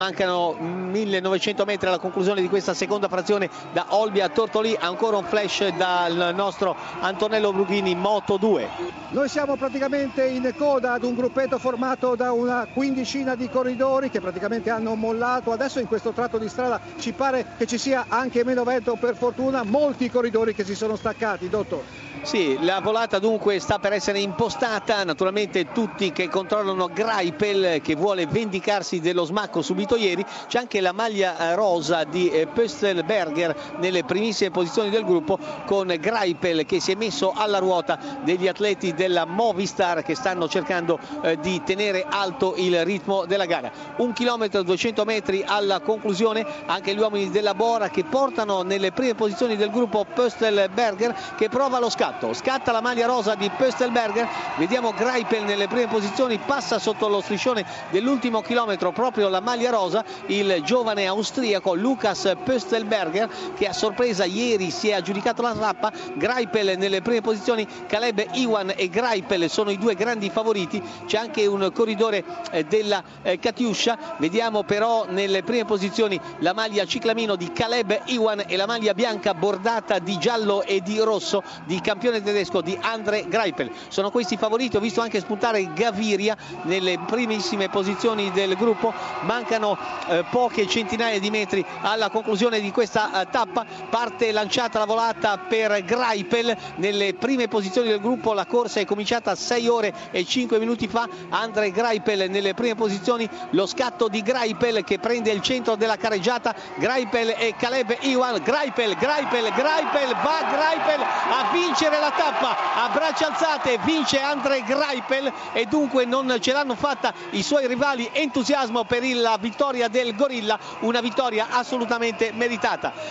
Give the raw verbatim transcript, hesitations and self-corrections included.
Mancano millenovecento metri alla conclusione di questa seconda frazione da Olbia a Tortolì. Ancora un flash dal nostro Antonello Brughini, Moto due. Noi siamo praticamente in coda ad un gruppetto formato da una quindicina di corridori che praticamente hanno mollato. Adesso in questo tratto di strada ci pare che ci sia anche meno vento, per fortuna, molti corridori che si sono staccati, dottor. Sì, la volata dunque sta per essere impostata, naturalmente tutti che controllano Greipel che vuole vendicarsi dello smacco subito ieri. C'è anche la maglia rosa di Pöstlberger nelle primissime posizioni del gruppo, con Greipel che si è messo alla ruota degli atleti della Movistar che stanno cercando eh, di tenere alto il ritmo della gara. Un chilometro duecento metri alla conclusione, anche gli uomini della Bora che portano nelle prime posizioni del gruppo Pöstlberger che prova lo scatto. Scatta la maglia rosa di Pöstlberger, vediamo Greipel nelle prime posizioni, passa sotto lo striscione dell'ultimo chilometro proprio la maglia rosa, il giovane austriaco Lukas Pöstlberger che a sorpresa ieri si è aggiudicato la tappa. Greipel nelle prime posizioni, Caleb Ewan e Greipel sono i due grandi favoriti. C'è anche un corridore eh, della eh, Katiuscia, vediamo però nelle prime posizioni la maglia ciclamino di Caleb Ewan e la maglia bianca bordata di giallo e di rosso di campione tedesco di Andre Greipel. Sono questi i favoriti. Ho visto anche spuntare Gaviria nelle primissime posizioni del gruppo. Mancano eh, poche centinaia di metri alla conclusione di questa eh, tappa. Parte lanciata la volata per Greipel nelle prime posizioni del gruppo. La corsa è cominciata sei ore e cinque minuti fa. Andre Greipel nelle prime posizioni, lo scatto di Greipel che prende il centro della careggiata. Greipel e Caleb Ewan. Greipel, Greipel, Greipel, va Greipel a vincere la tappa a braccia alzate, vince Andre Greipel e dunque non ce l'hanno fatta i suoi rivali. Entusiasmo per la vittoria del Gorilla, una vittoria assolutamente meritata.